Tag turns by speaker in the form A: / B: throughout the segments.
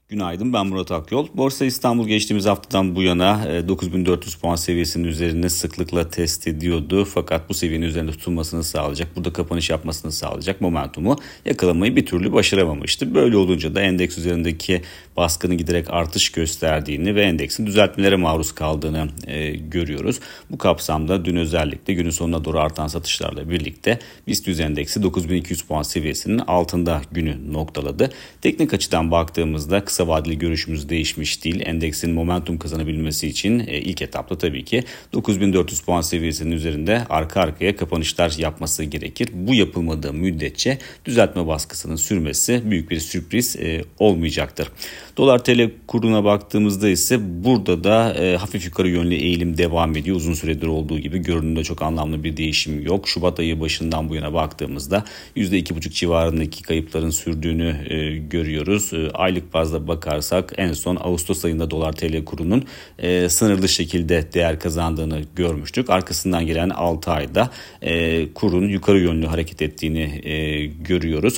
A: Günaydın, ben Murat Akyol. Borsa İstanbul geçtiğimiz haftadan bu yana 9400 puan seviyesinin üzerinde sıklıkla test ediyordu. Fakat bu seviyenin üzerinde tutulmasını sağlayacak, burada kapanış yapmasını sağlayacak momentumu yakalamayı bir türlü başaramamıştı. Böyle olunca da endeks üzerindeki baskının giderek artış gösterdiğini ve endeksin düzeltmelere maruz kaldığını görüyoruz. Bu kapsamda dün özellikle günün sonuna doğru artan satışlarla birlikte BIST endeksi 9200 puan seviyesinin altında günü noktaladı. Teknik açıdan baktığımızda kısa vadeli görüşümüz değişmiş değil. Endeksin momentum kazanabilmesi için ilk etapta tabii ki 9400 puan seviyesinin üzerinde arka arkaya kapanışlar yapması gerekir. Bu yapılmadığı müddetçe düzeltme baskısının sürmesi büyük bir sürpriz olmayacaktır. Dolar TL kuruna baktığımızda ise burada da hafif yukarı yönlü eğilim devam ediyor. Uzun süredir olduğu gibi görünümde çok anlamlı bir değişim yok. Şubat ayı başından bu yana baktığımızda %2,5 civarındaki kayıpların sürdüğünü görüyoruz. Aylık bazda bakarsak en son Ağustos ayında dolar TL kurunun sınırlı şekilde değer kazandığını görmüştük. Arkasından gelen 6 ayda kurun yukarı yönlü hareket ettiğini görüyoruz.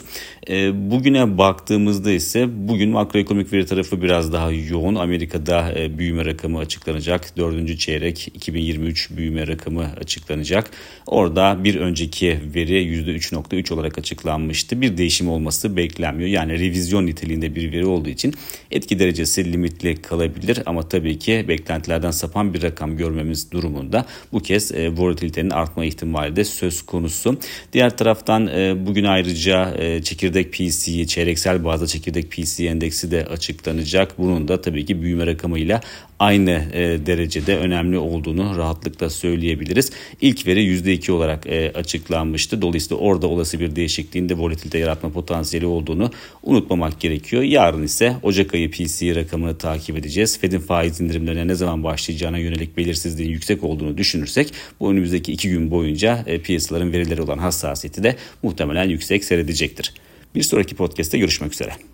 A: Bugüne baktığımızda ise bugün makroekonomik veri tarafı biraz daha yoğun. Amerika'da büyüme rakamı açıklanacak. 4. çeyrek 2023 büyüme rakamı açıklanacak. Orada bir önceki veri %3,3 olarak açıklanmıştı. Bir değişim olması beklenmiyor. Yani revizyon niteliğinde bir veri olduğu için etki derecesi limitli kalabilir. Ama tabii ki beklentilerden sapan bir rakam görmemiz durumunda bu kez volatilitenin artma ihtimali de söz konusu. Diğer taraftan bugün ayrıca çekirdek PCE, çeyreksel bazda çekirdek PCE endeksi de açıklanacak. Bunun da tabii ki büyüme rakamıyla aynı derecede önemli olduğunu rahatlıkla söyleyebiliriz. İlk veri %2 olarak açıklanmıştı. Dolayısıyla orada olası bir değişikliğin de volatilite yaratma potansiyeli olduğunu unutmamak gerekiyor. Yarın ise Ocak ayı PCE rakamını takip edeceğiz. Fed'in faiz indirimlerine ne zaman başlayacağına yönelik belirsizliğin yüksek olduğunu düşünürsek bu önümüzdeki 2 gün boyunca piyasaların verileri olan hassasiyeti de muhtemelen yüksek seyredecektir. Bir sonraki podcast'te görüşmek üzere.